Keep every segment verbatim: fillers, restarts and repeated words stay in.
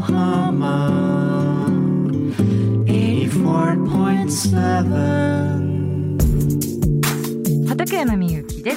Yokohama eighty-four point seven 畠山みゆきです。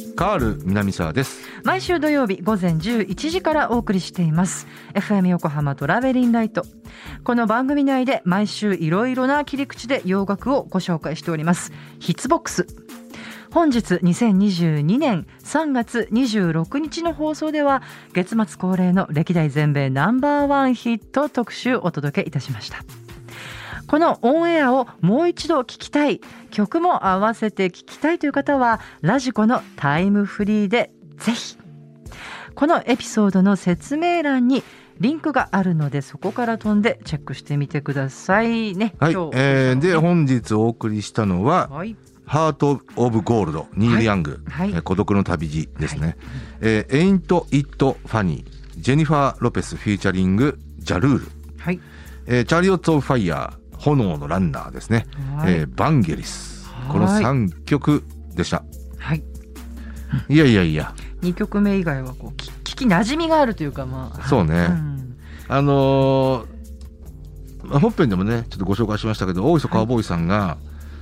カール南沢です。 毎週土曜日午前じゅういちじからお送りしています エフエム 横浜トラベリンライト。この番組内で毎週いろいろな切り口で洋楽をご紹介しておりますヒッツボックス。本日にせんにじゅうにねんさんがつにじゅうろくにちの放送では月末恒例の歴代全米ナンバーワンヒット特集をお届けいたしました。このオンエアをもう一度聞きたい、曲も合わせて聞きたいという方はラジコのタイムフリーでぜひ。このエピソードの説明欄にリンクがあるのでそこから飛んでチェックしてみてくださいね。 はい、 今日えー、で本日お送りしたのは、 はい、 ハート・オブ・ゴールド、ニール・ヤング、 はいはい、 孤独の旅路ですね。 はい、 えー、Ain't It Funny、ジェニファー・ロペスフィーチャリングジャルール、はい、えー、チャリオッツ・オブ・ファイヤー、炎のランナーですね、はい、えー、バンゲリス、このさんきょくでした。はい、いやいやいや、 にきょくめ以外はこう聞き馴染みがあるというか、まあそうね、 うん、 あのー、本編でもねちょっとご紹介しましたけど、大磯カウボーイさんが、はい、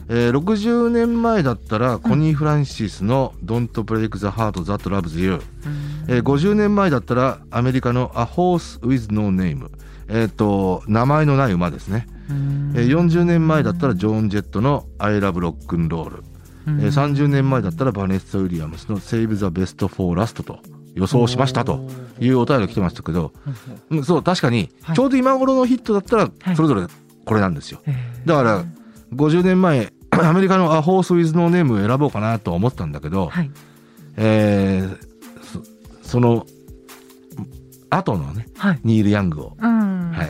えー、ろくじゅうねんまえだったら、うん、コニー・フランシスの Don't Break the Heart That Loves You、うん、えー、ごじゅうねんまえだったらアメリカの A Horse with No Name、えー、と名前のない馬ですね。えー、よんじゅうねんまえだったらジョーン・ジェットの I Love Rock and Roll、えー、さんじゅうねんまえだったらバネッサ・ウィリアムスの Save the Best for Last と予想しましたというお便りが来てましたけど、うん、そう確かにちょうど今頃のヒットだったらそれぞれこれなんですよ。だからごじゅうねんまえアメリカの A Horse with No Name を選ぼうかなと思ったんだけど、はい、えー、そ, その後のね、はい、ニール・ヤングを、はい、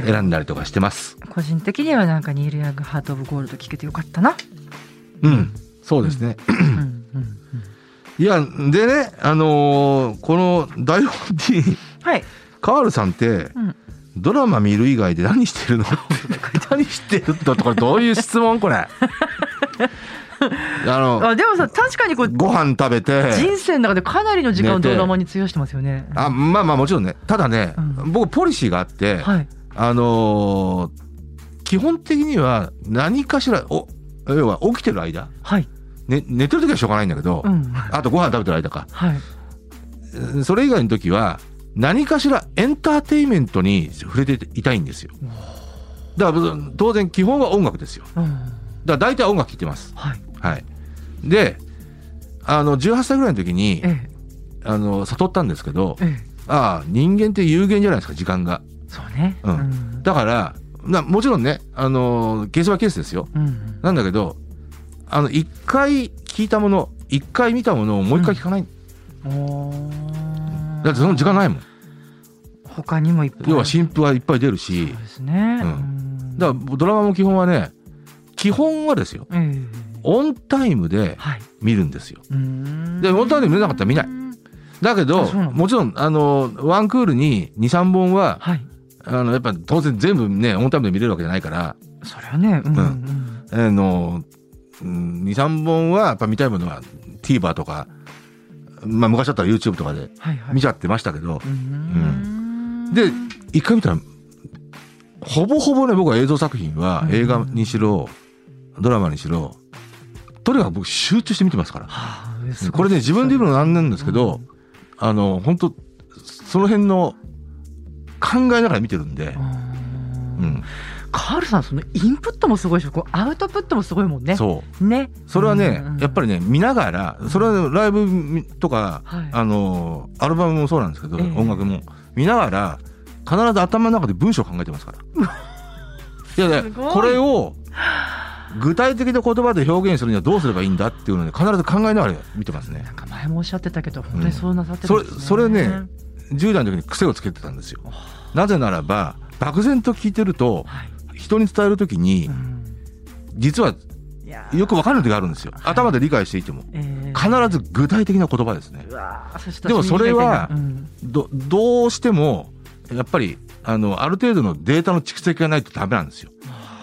選んだりとかしてます。 個人的にはなんかニール・ヤングハート・オブ・ゴールド聞けてよかったな。 うん、そうですね、うんうんうん、いやでね、あのー、この台本に、はい、カールさんって、うん、ドラマ見る以外で何してるの何してるのとか、どういう質問これあのあでもさ、確かにこうご飯食べて人生の中でかなりの時間をドラマに費やしてますよね。 あ、まあまあもちろんね。ただね、うん、僕ポリシーがあって、はい、あのー、基本的には何かしらお要は起きてる間、はい、ね、寝てる時はしょうがないんだけど、うん、あとご飯食べてる間か、はい、それ以外の時は何かしらエンターテインメントに触れていたいんですよ。だから当然基本は音楽ですよ。うん、だから大体音楽聴いてます。はいはい、であのじゅうはっさいぐらいの時に、ええ、あの悟ったんですけど、ええ、ああ人間って有限じゃないですか、時間が。 そうね、 うんうん、だからなもちろんね、あのケースバイケースですよ、うん、なんだけどあのいっかい聞いたものいっかい見たものをもういっかい聞かない、うん、だってその時間ないもん。 他にもいっぱい、 要は新譜はいっぱい出るし。 そうですね、 うん、だからドラマも基本はね、基本はですよ、うん、オンタイムで見るんですよ、はい、でオンタイムで見れなかったら見ない。だけどもちろんあのワンクールに にさんぼんは、はい、あのやっぱ当然全部ねオンタイムで見れるわけじゃないから、 それはね、うんうんうん、あの にさんぼんはやっぱ見たいものは TVer とか、まあ、昔だったら YouTube とかで見ちゃってましたけど、はいはい、うん、で一回見たらほぼほぼね、僕は映像作品は映画にしろドラマにしろとにかく僕集中して見てますから、はあ、これね自分で言うのなんなんですけど、うん、あの本当その辺の考えながら見てるんで、うん、 カールさんそのインプットもすごいし、こうアウトプットもすごいもんね。 そうね、 それはね、うんうん、やっぱりね見ながら、それはライブとか、はい、あのアルバムもそうなんですけど、えー、音楽も見ながら必ず頭の中で文章を考えてますからいやいやこれを具体的な言葉で表現するにはどうすればいいんだっていうので必ず考えながら見てますね。 なんか前もおっしゃってたけど本当にそうなさってるんですね、 うん、それ、それねじゅう代の時に癖をつけてたんですよ。なぜならば漠然と聞いてると、はい、人に伝える時に、うん、実はよく分かる時があるんですよ、はい、頭で理解していても、えー、必ず具体的な言葉ですね。うわでもそれは、うん、ど, どうしてもやっぱり あの、ある程度のデータの蓄積がないとダメなんですよ、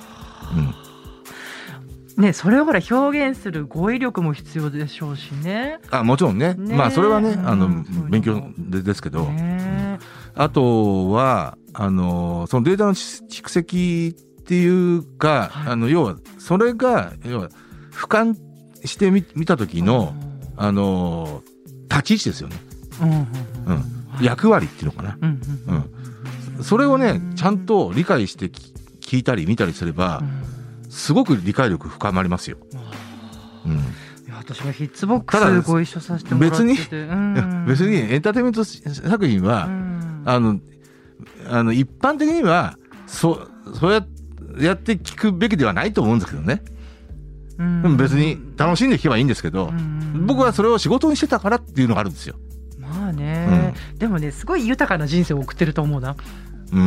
うんね、それをほら表現する語彙力も必要でしょうしね。 あもちろん ね, ねまあそれはねあの、うん、勉強でですけど、ね、 あとはあのそのデータの蓄積っていうか、はい、あの要はそれが要は俯瞰してみ見た時の、うん、あの立ち位置ですよね、うんうんうんうん、役割っていうのかな、うんうんうん、それをねちゃんと理解して聞いたり見たりすれば、うん、すごく理解力深まりますよ、うん、いや私はヒッツボックスご一緒させてもらってて別に、うん、別にエンターテインメント作品は、うん、あのあの一般的にはそそうややって聞くべきではないと思うんですけどね。でも別に楽しんで聞けばいいんですけど、僕はそれを仕事にしてたからっていうのがあるんですよ。 まあね、うん、でもねすごい豊かな人生を送ってると思うな。 うん、うん、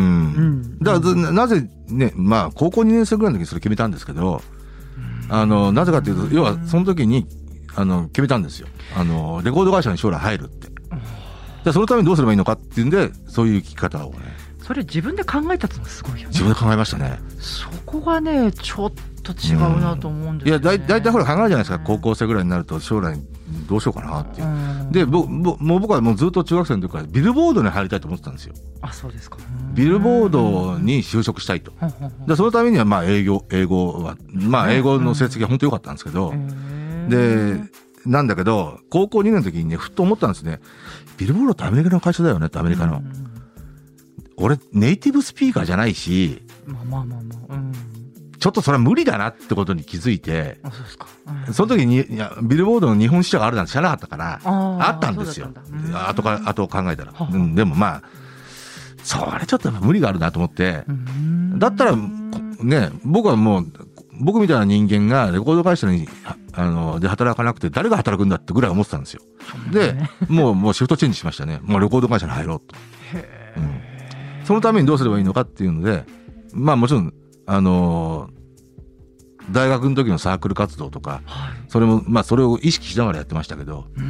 だからなぜね、まあ高校にねん生ぐらいの時にそれ決めたんですけど、あのなぜかというと要はその時にあの決めたんですよ。あのレコード会社に将来入るって。でそのためにどうすればいいのかっていうんでそういう聞き方をね。 それ自分で考えたってのがすごいよね。 自分で考えましたね。 そこがねちょっと違うなと思うんですよね、 うん、いやだいたいほら考えるじゃないですか。高校生ぐらいになると将来どうしようかなっていう、うん、でぼぼもう僕はもうずっと中学生の時からビルボードに入りたいと思ってたんですよ。 あそうですか。 ビルボードに就職したいと、でそのためにはまあ英語英語はまあ英語の成績が本当良かったんですけど、でなんだけど高校にねんの時にねふっと思ったんですね。ビルボードってアメリカの会社だよねって。アメリカの、うん、俺ネイティブスピーカーじゃないし、まあまあまあまあ、うん、ちょっとそれは無理だなってことに気づいて、あそうですか、うん、その時にいやビルボードの日本支社があるなんて知らなかったから、あ, あったんですよ。後か後を考えたら、うん、でもまあそれちょっと無理があるなと思って、だったらね僕はもう僕みたいな人間がレコード会社にあので働かなくて誰が働くんだってぐらい思ってたんですよ。でもうもうシフトチェンジしましたね。もうレコード会社に入ろうと。へー、うん、そのためにどうすればいいのかっていうので、まあもちろんあのー、大学の時のサークル活動とか、はい、それもまあそれを意識しながらやってましたけど、うー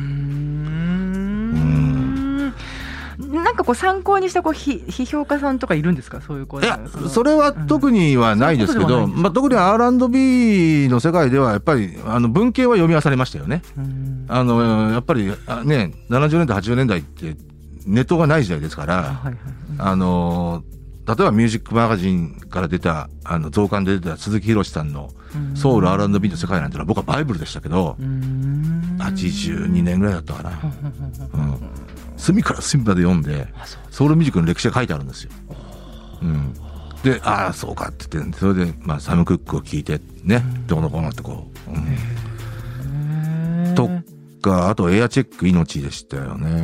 ん、なんかこう参考にしたこう批評家さんとかいるんですか。そういうこういやそれは特にはないですけど、うん、まあ、特に アールアンドビー の世界ではやっぱりあの文献は読み漁されましたよね。あのやっぱりねななじゅうねんだいはちじゅうねんだいってネットがない時代ですから、はいはい、あの例えばミュージックマガジンから出たあの増刊で出た鈴木宏さんのソウル アールアンドビー の世界なんてのは僕はバイブルでしたけど、はちじゅうにねんぐらいだったかな、うん、隅から隅まで読んでソウルミュージックの歴史が書いてあるんですよ、うん、でああそうかって言ってそれで、まあ、サム・クックを聞いてねどこのこうなってこう、うん、とかあとエアチェック命でしたよね、うん、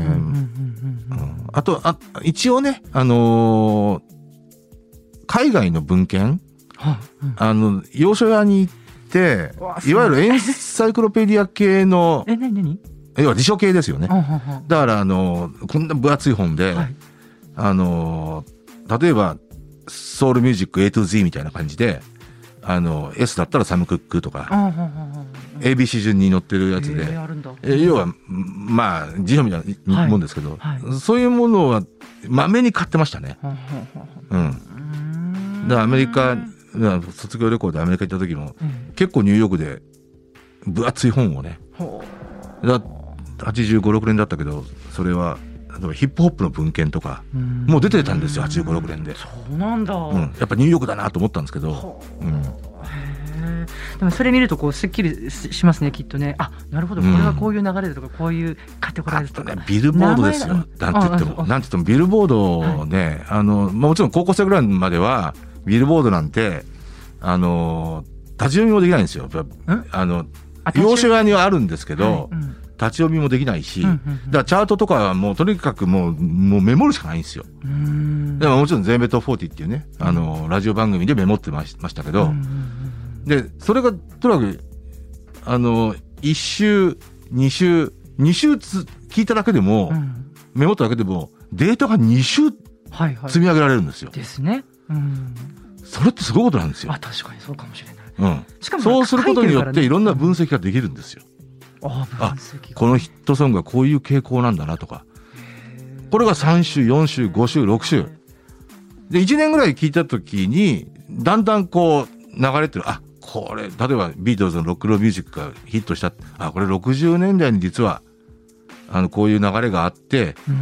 あとあ一応ねあのー、海外の文献、はあうん、あの洋書屋に行っていわゆるエンサイクロペディア系のえ何何要は辞書系ですよね。はあはあ、だからあのこんな分厚い本で、はい、あの例えばソウルミュージック A to Z みたいな感じであの S だったらサム・クックとか、はあはあ、エービーシー 順に載ってるやつで、えー、え要はまあ辞書みたいなもんですけど、はいはい、そういうものはまめに買ってましたね。はあはあ、うん。だからアメリカ卒業旅行でアメリカ行った時も、うん、結構ニューヨークで分厚い本をね、だはちじゅうご、ろくねんだったけどそれは例えばヒップホップの文献とかもう出てたんですよ。はちじゅうご、ろくねんで。 そうなんだ、 うん、やっぱニューヨークだなと思ったんですけど、うん、 へでもそれ見るとこうすっきりしますねきっとね。あなるほどこれはこういう流れでとか、うん、こういうカテゴライズとか、 ね、ビルボードですよ。なんて言ってもなんて言ってもビルボードね、はい、あのまあ、もちろん高校生ぐらいまではビルボードなんてあの立ち読みもできないんですよ。あの洋書屋にはあるんですけど、はいうん、立ち読みもできないし、うんうんうん、だからチャートとかはもうとにかくもう、もうメモるしかないんですよ。うーんでももちろんゼンベットフォーティーっていうね、あのラジオ番組でメモってましたけど、うんうんうん、でそれがとにかくあのいち週に週に週つ聞いただけでも、うん、メモっただけでもデータがに週積み上げられるんですよ。 はいはい、ですね。うんそれってすごいことなんですよ。 あ確かにそうかもしれない。 うん、しかもそうすることによっていろんな分析ができるんですよ。ああこのヒットソングはこういう傾向なんだなとか、これがさん週よん週ご週ろく週でいちねんぐらい聞いた時にだんだんこう流れてる。あこれ例えばビートルズのロックローミュージックがヒットした。あこれろくじゅうねんだいに実はあのこういう流れがあって、 うん、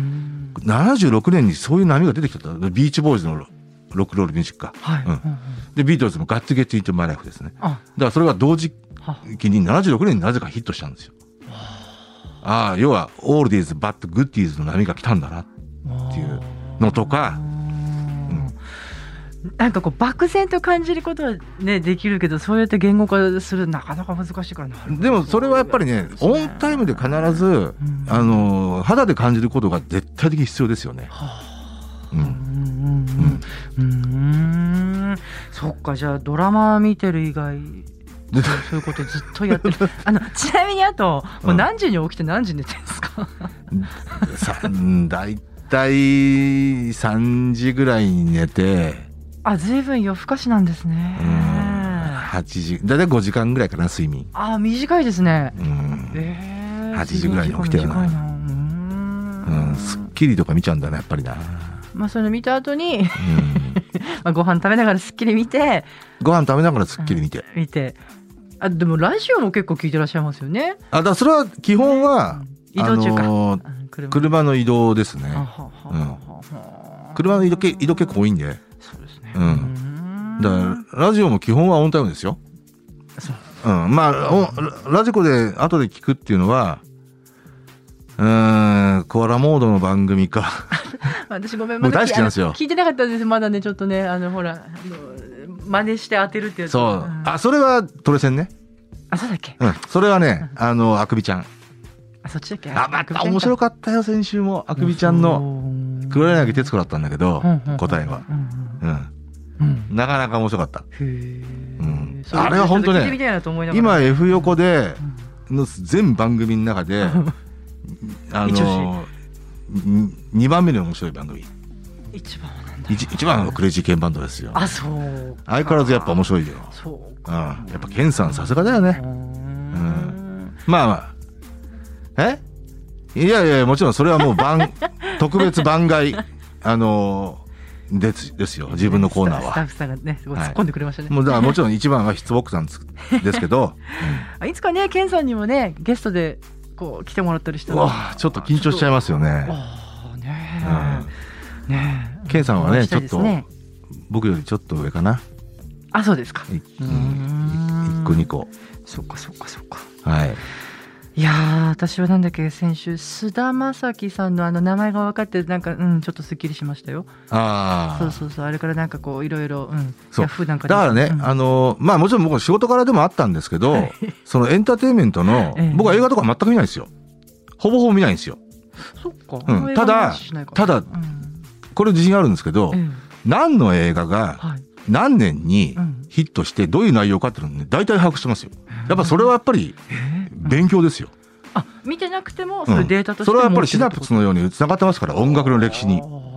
ななじゅうろくねんにそういう波が出てきたんだ。ビーチボーイズのロックロールミュージックか、 はい、 うん、でビートルズもガッツゲットイントマイライフですね。 あだからそれが同時期にななじゅうろくねんになぜかヒットしたんですよ。ああ、要はオールディーズバッドグッディーズの波が来たんだなっていうのとか、うん、 なんかこう漠然と感じることはねできるけど、そうやって言語化するなかなか難しいからな。 でもそれはやっぱりね、オンタイムで必ず、うん、あの肌で感じることが絶対的に必要ですよね。うんうんうん、そっか。じゃあドラマ見てる以外そういうことずっとやってるあのちなみにあと、うん、もう何時に起きて何時に寝てるんですか？ さだいたいさんじぐらいに寝て、 あ、ずいぶん夜更かしなんですね。うん、 はちじ、だいたいごじかんぐらいかな、睡眠。 あ、短いですね。 うん、 えー、 はちじぐらいに起きてるな。うん、スッキリとか見ちゃうんだね、やっぱりな。まあ、それ見た後に、うん、まあご飯食べながらスッキリ見て、 ご飯食べながらスッキリ見て、 うん、見て、あ、でもラジオも結構聞いてらっしゃいますよね。 あ、だからそれは基本は、 うん、移動中か、あのー、車, 車の移動ですね。うん、車の移動け移動結構多いんで。 そうですね。 うん。だからラジオも基本はオンタイムですよ。 そう。 うん。まあラジコで後で聞くっていうのは、うーん、コアラモードの番組か。 私ごめん、 まだ大好きなんですよ。 聞いてなかったです。まだね、ちょっとね、あのほら、あの真似して当てるってやつ。 そう。うん、あ、それはトレセンね。 あ、そうだっけ。 うん。それはね、あのあくびちゃん。 あ、そっちだっけ。 あ、また面白かったよ、先週も。あくびちゃんの黒柳徹子だったんだけど、答えは。うん。うん、なかなか面白かった。へー、うん、あれは本当ね、今 F 横での全番組の中であのにばんめに面白い番組。 一番はなんだ。 一番はクレイジーケンバンドですよ。 あ、そう相変わらずやっぱ面白いよ。 そうか、うん、やっぱケンさんさすがだよね。うん、まあまあえいやいやもちろんそれはもう番特別番外あのー、ですですよ、自分のコーナーは。 スタッフさんがねすごい突っ込んでくれましたね。 はい、もうだからもちろん一番はヒッツボックスなんですですけど、 うん、いつかねケンさんにもねゲストでこう来てもらったりしたらちょっと緊張しちゃいますよね。 ねえ、うん、ねえ、 ケンさんはねちょっと僕よりちょっと上かな。 あ、そうですか。 いっこにこ。 そっかそっかそっか。 はい。 いやー、私はなんだっけ、先週須田将暉さんのあの名前が分かってなんか、うん、ちょっとすっきりしましたよ。 ああ、 そうそうそう、あれからなんかこういろいろ、うん、 そうヤフーなんかだからね、うん、あのまあもちろん僕仕事からでもあったんですけど、はい、そのエンターテインメントの、ええ、僕は映画とか全く見ないんですよ。ほぼほぼ見ないんですよ。 そっか。 うん、ただただ、うん、これ自信あるんですけど、ええ、何の映画が何年にヒットしてどういう内容かっていうのをね大体把握してますよ。やっぱそれはやっぱり勉強ですよ。 あ、見てなくてもそれデータとして、 うん、それはやっぱりシナプスのようにつながってますから、音楽の歴史に。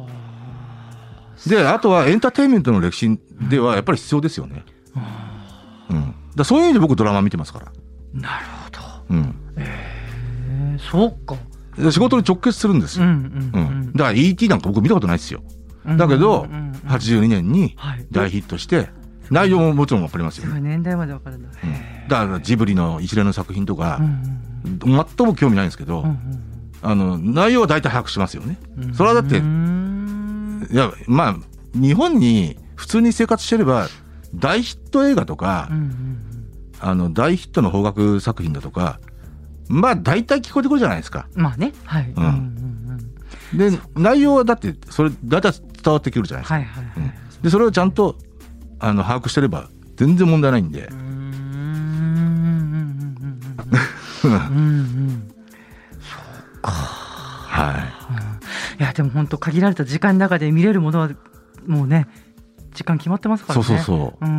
であとはエンターテインメントの歴史ではやっぱり必要ですよね。うん、だそういう意味で僕ドラマ見てますから。 なるほど。 うん、 えー、そうか。 仕事に直結するんですよ。うんうんうんうん、だから イーティー なんか僕見たことないですよ。だけど、うんうんうん、はちじゅうにねんに大ヒットして、はい、内容ももちろん分かりますよ。 すごい年代まで分かるんだ、 うん、だからジブリの一連の作品とか、うんうん、全く興味ないんですけど、うんうん、あの内容は大体把握しますよね。うん、それはだっていやまあ日本に普通に生活してれば大ヒット映画とか、うんうん、あの大ヒットの邦楽作品だとかまあ大体聞こえてくるじゃないですか。 まあね、はい。うんうんうん、で内容はだってそれ大体伝わってくるじゃないですか。はいはいはい、うん、でそれをちゃんとあの把握してれば全然問題ないんで。 うんうん、そうか。 はい。 いやでも本当限られた時間の中で見れるものはもうね時間決まってますからね。 そうそうそう。うん、うん、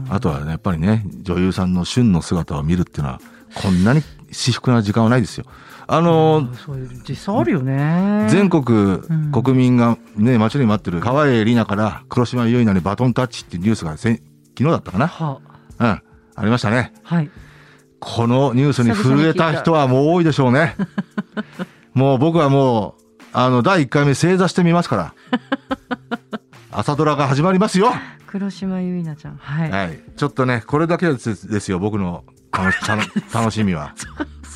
あとはねやっぱりね女優さんの旬の姿を見るっていうのはこんなに至福な時間はないですよ。あのー、 そういう実際あるよね。 全国国民がね待ちに待ってる川栄李奈から黒島結菜にバトンタッチっていうニュースがせ昨日だったかな。はあ、うん、ありましたね。 はい。 このニュースに震えた人はもう多いでしょうね。もう僕はもうあのだいいっかいめ正座してみますから。朝ドラが始まりますよ。 黒島結菜ちゃん、はい、 はい。ちょっとねこれだけですですよ僕の楽し, 楽しみは。 そ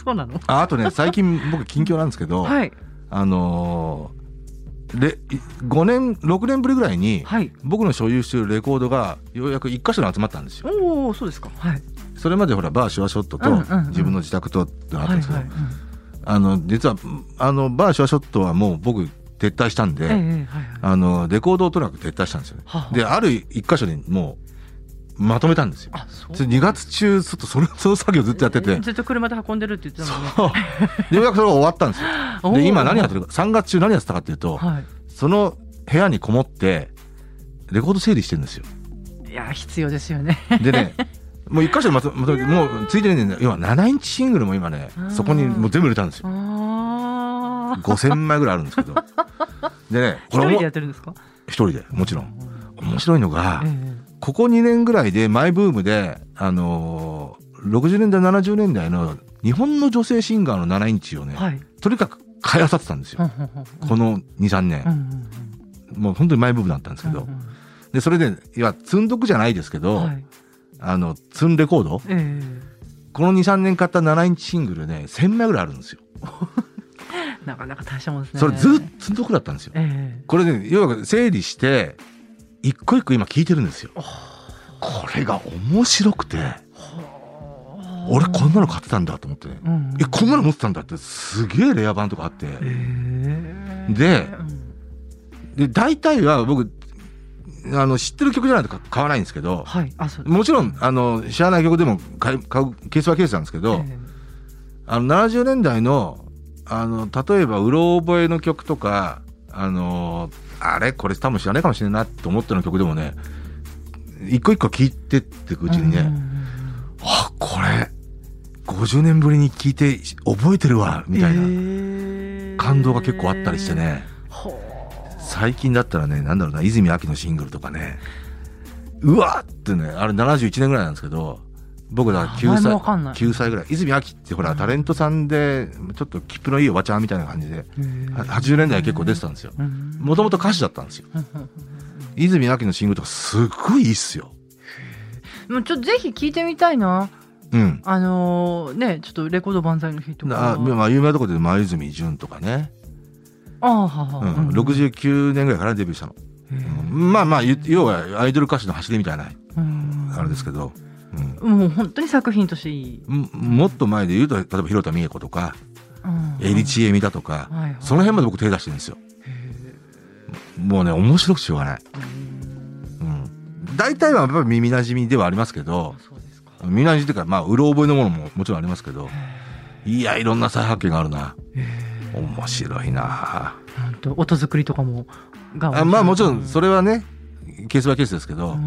そうなの？ あ, あとね最近僕近況なんですけど、 はい、 あのー、レごねんろくねんぶりぐらいに、はい、僕の所有しているレコードがようやくいっかしょに集まったんですよ。 おー、そうですか。はい、 それまでほらバーシュワショットと自分の自宅とってのがあったんですけど、あの実はあのバーシュワショットはもう僕撤退したんで、ええはいはい、あのレコードをとにかく撤退したんですよね。ははである一箇所にもうまとめたんですよ。あそうにがつ中ちょっとそれその作業ずっとやってて、 えー、ずっと車で運んでるって言ってたもんね。 そうでようやくそれが終わったんですよ。で今何やってるかさんがつ中何やってたかっていうと、はい、その部屋にこもってレコード整理してるんですよ。 いや必要ですよね。 でねもう一箇所にまとめてもうついてるんで、要はななインチシングルも今ねそこにもう全部入れたんですよ。ごせんまいぐらいあるんですけどでね一人でやってるんですか？ 一人でもちろん。面白いのが、ええ、ここにねんぐらいでマイブームで、あのー、ろくじゅうねんだいななじゅうねんだいの日本の女性シンガーのななインチをね、はい、とにかく買い漁ってたんですよこの にさんねん、うんうん、もう本当にマイブームだったんですけど、うんうん、でそれでいや積んどくじゃないですけど、はい、あの積んレコード、ええ、この にさんねん買ったななインチシングルねせんまいぐらいあるんですよ。 なかなか大したもんですね。 それずっと積んどくだったんですよ、ええ、これね要は整理して一個一個今聞いてるんですよ。これが面白くて俺こんなの買ってたんだと思って、ねうん、えこんなの持ってたんだってすげえレア版とかあって、えー、でで大体は僕あの知ってる曲じゃないと買わないんですけど、はい、あそうもちろんあの知らない曲でも買うケースはケースなんですけど、えー、あのななじゅうねんだいのあの例えばうろ覚えの曲とかあのあれこれ多分知らないかもしれないなと思ってる曲でもね一個一個聴いてっていくうちにね、うん、あこれごじゅうねんぶりに聴いて覚えてるわみたいな感動が結構あったりしてね、えー、最近だったらねなんだろうな泉アキのシングルとかねうわってねあれななじゅういちねんぐらいなんですけど僕だからきゅうさいきゅうさいぐらい泉アキってほらタレントさんでちょっと切符のいいおばちゃんみたいな感じではちじゅうねんだい結構出てたんですよ。もともと歌手だったんですよ。泉アキのシングルとかすっごいいいっすよ。 もうちょっとぜひ聞いてみたいな。うん、あのー、ねちょっとレコード万歳の日とかあ、 まあ、有名なところで前泉潤とかねあはは、 うん、ろくじゅうきゅうねんぐらいからデビューしたの、うん、まあまあ要はアイドル歌手の走りみたいなあれですけど、 うん、もう本当に作品としていい。 もっと前で言うと例えば広田美恵子とか、うん、エリチエミだとか、はいはい、その辺まで僕手出してるんですよ。もうね面白くしようがない。大体はやっぱり耳なじみではありますけど耳なじみというかまあうろ覚えのものももちろんありますけどいやいろんな再発見があるな。面白いな。 音作りとかもがあまあもちろんそれはねケースバイケースですけど、うん、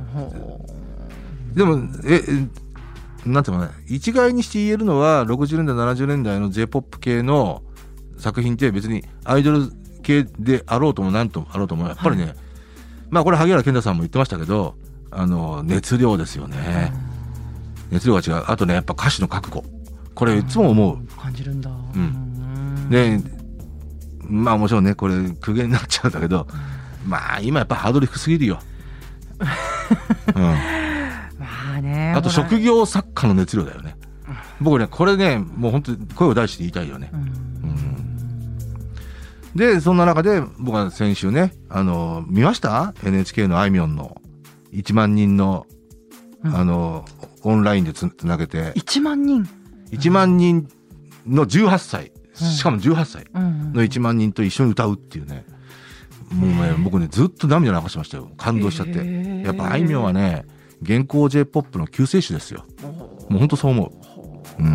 でもえなんていうのね一概にして言えるのはろくじゅうねんだいななじゅうねんだいの J-ポップ 系の作品って別にアイドル系であろうともなんともあろうともやっぱりね、はい、まあこれ萩原健太さんも言ってましたけどあの熱量ですよね。熱量が違う。あとねやっぱ歌詞の覚悟これいつも思う、うん、 感じるんだ、 うん、でまあもちろんねこれ苦言になっちゃうんだけど、うん、まあ今やっぱハードル低すぎるよ、うん、まあねあと職業作家の熱量だよね。僕ねこれねもう本当に声を大して言いたいよね、うんうん、でそんな中で僕は先週ねあの見ました エヌエイチケー のあいみょんのいちまんにんの、うん、あのオンラインでつなげていちまんにんいちまんにんのじゅうはっさい、うん、しかもじゅうはっさいのいちまんにんと一緒に歌うっていうね、もうね僕ねずっと涙流しましたよ。感動しちゃって。やっぱあいみょんはね現行 J-ポップ の救世主ですよ。もう本当そう思う。うん、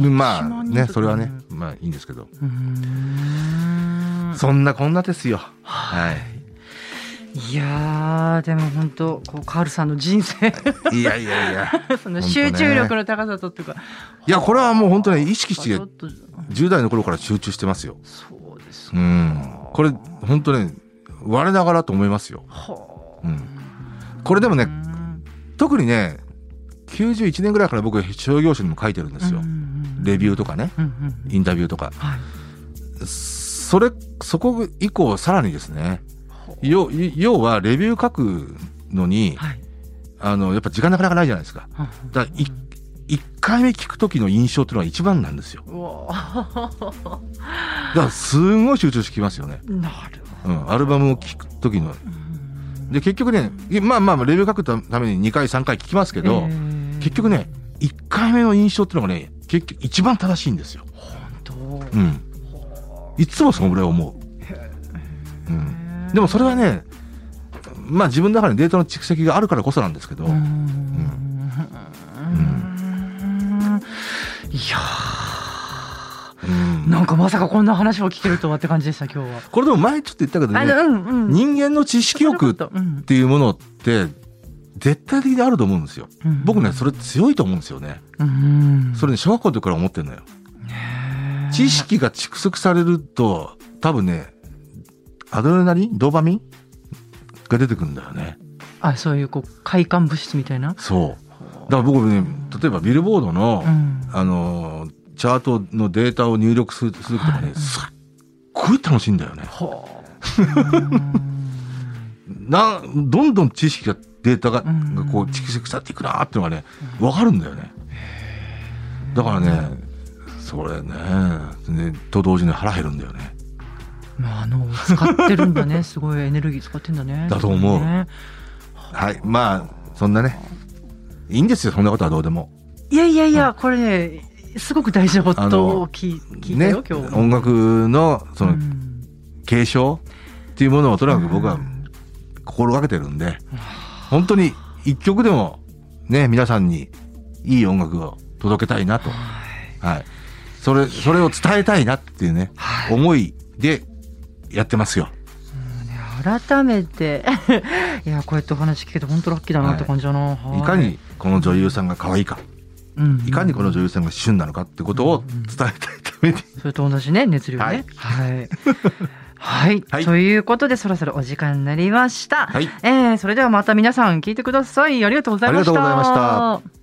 まあねそれはねまあいいんですけど、うーんそんなこんなですよ。はい。 いやーでも本当こうカールさんの人生いやいやいやその集中力の高さとっていうか、ね、 いやこれはもう本当に意識してじゅう代の頃から集中してますよ。 そうですか。 うんこれ本当ね我ながらと思いますよ、うん、これでもね特にねきゅうじゅういちねんぐらいから僕商業誌にも書いてるんですよ。レビューとかねインタビューとか、はい、それそこ以降さらにですね要, 要はレビュー書くのに、はい、あのやっぱ時間なかなかないじゃないですか。だからいっかいめ聞く時の印象っていうのが一番なんですよ。 うわだからすごい集中してきますよね。 なるほうん、アルバムを聞く時ので結局ね、まあまあレビュー書くためににかいさんかい聞きますけど、 えー、 結局ねいっかいめの印象っていうのがね結局一番正しいんですよ。 本当、 うん、いつもそのぐらい思う、うん、でもそれはねまあ自分の中にデータの蓄積があるからこそなんですけど、うんうんうん、いやうん、 なんかまさかこんな話を聞けるとはって感じでした今日は。 これでも前ちょっと言ったけどね、 あの、うんうん、 人間の知識欲っていうものって絶対的にあると思うんですよ、うん、僕ねそれ強いと思うんですよね、うん、それね小学校の時から思ってるのよ。知識が蓄積されると多分ねアドレナリンドーパミンが出てくるんだよね。 あ、そういうこう快感物質みたいな。 そうだから僕ね例えばビルボードの、うん、あのチャートのデータを入力するとかね、はい、すっごい楽しいんだよね。などんどん知識がデータが、がこう蓄積されていくなーっていうのがね分かるんだよね。だからねそれねねと同時に腹減るんだよね。 まあ、あの使ってるんだねすごいエネルギー使ってんだね。 だと思う、ね、はいまあそんなねいいんですよそんなことはどうでも。 いやいやいや、うん、これねすごく大事なことを聞いたよ、ね、今日音楽のその継承っていうものをとにかく僕は心がけてるんで、うん、本当に一曲でもね皆さんにいい音楽を届けたいなと、はい、それそれを伝えたいなっていうね、はい、思いでやってますよ。 改めていやこうやってお話聞けて本当ラッキーだなって感じだな、はいはい、 いかにこの女優さんが可愛いか、うんうん、いかにこの女優さんが旬なのかってことを伝えたいために、うんうん、 それと同じね熱量ね、はいはいはい、はい、ということでそろそろお時間になりました、はい、えー、それではまた皆さん聞いてください。ありがとうございました。 ありがとうございました。